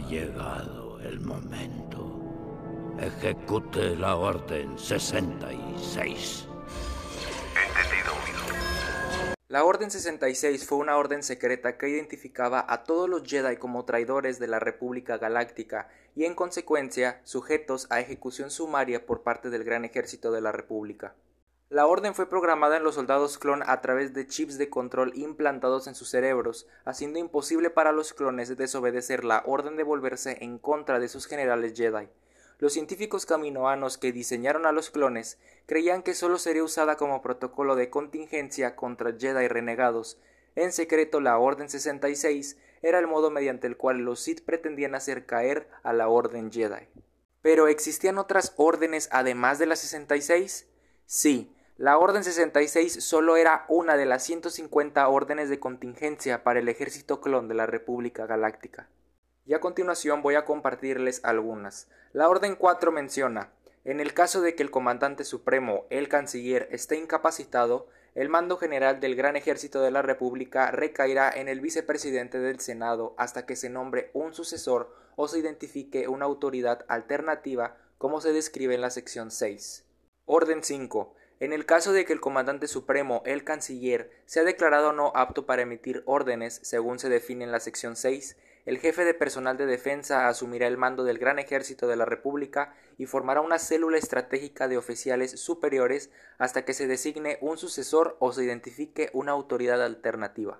llegado el momento. Ejecute la Orden 66. Entendido, oído. La Orden 66 fue una orden secreta que identificaba a todos los Jedi como traidores de la República Galáctica y en consecuencia sujetos a ejecución sumaria por parte del Gran Ejército de la República. La orden fue programada en los soldados clon a través de chips de control implantados en sus cerebros, haciendo imposible para los clones desobedecer la orden de volverse en contra de sus generales Jedi. Los científicos caminoanos que diseñaron a los clones creían que solo sería usada como protocolo de contingencia contra Jedi renegados. En secreto, la Orden 66 era el modo mediante el cual los Sith pretendían hacer caer a la Orden Jedi. ¿Pero existían otras órdenes además de la 66? Sí. La Orden 66 solo era una de las 150 órdenes de contingencia para el ejército clon de la República Galáctica. Y a continuación voy a compartirles algunas. La Orden 4 menciona: en el caso de que el comandante supremo, el canciller, esté incapacitado, el mando general del Gran Ejército de la República recaerá en el vicepresidente del Senado hasta que se nombre un sucesor o se identifique una autoridad alternativa, como se describe en la sección 6. Orden 5. En el caso de que el comandante supremo, el canciller, sea declarado no apto para emitir órdenes, según se define en la sección 6, el jefe de personal de defensa asumirá el mando del Gran Ejército de la República y formará una célula estratégica de oficiales superiores hasta que se designe un sucesor o se identifique una autoridad alternativa.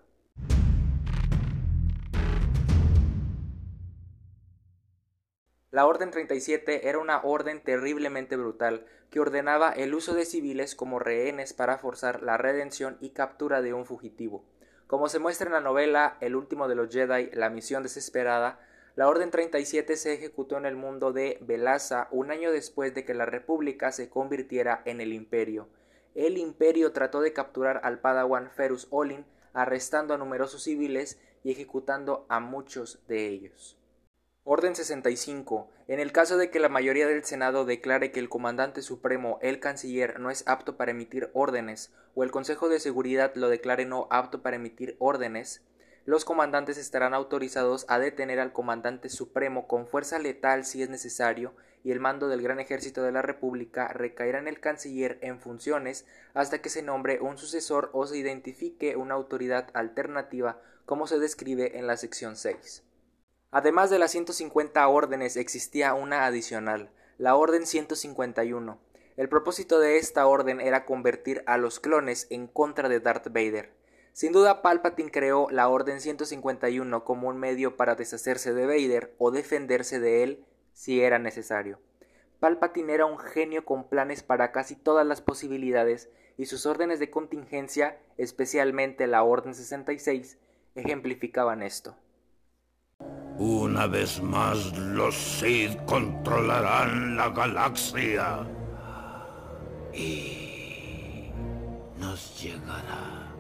La Orden 37 era una orden terriblemente brutal que ordenaba el uso de civiles como rehenes para forzar la redención y captura de un fugitivo. Como se muestra en la novela El último de los Jedi, la misión desesperada, la Orden 37 se ejecutó en el mundo de Belaza un año después de que la República se convirtiera en el Imperio. El Imperio trató de capturar al Padawan Ferus Olin, arrestando a numerosos civiles y ejecutando a muchos de ellos. Orden 65. En el caso de que la mayoría del Senado declare que el comandante supremo, el canciller, no es apto para emitir órdenes, o el Consejo de Seguridad lo declare no apto para emitir órdenes, los comandantes estarán autorizados a detener al comandante supremo con fuerza letal si es necesario, y el mando del Gran Ejército de la República recaerá en el canciller en funciones hasta que se nombre un sucesor o se identifique una autoridad alternativa, como se describe en la sección 6. Además de las 150 órdenes existía una adicional, la Orden 151. El propósito de esta orden era convertir a los clones en contra de Darth Vader. Sin duda Palpatine creó la Orden 151 como un medio para deshacerse de Vader o defenderse de él si era necesario. Palpatine era un genio con planes para casi todas las posibilidades y sus órdenes de contingencia, especialmente la Orden 66, ejemplificaban esto. Una vez más, los Sith controlarán la galaxia. Y nos llegará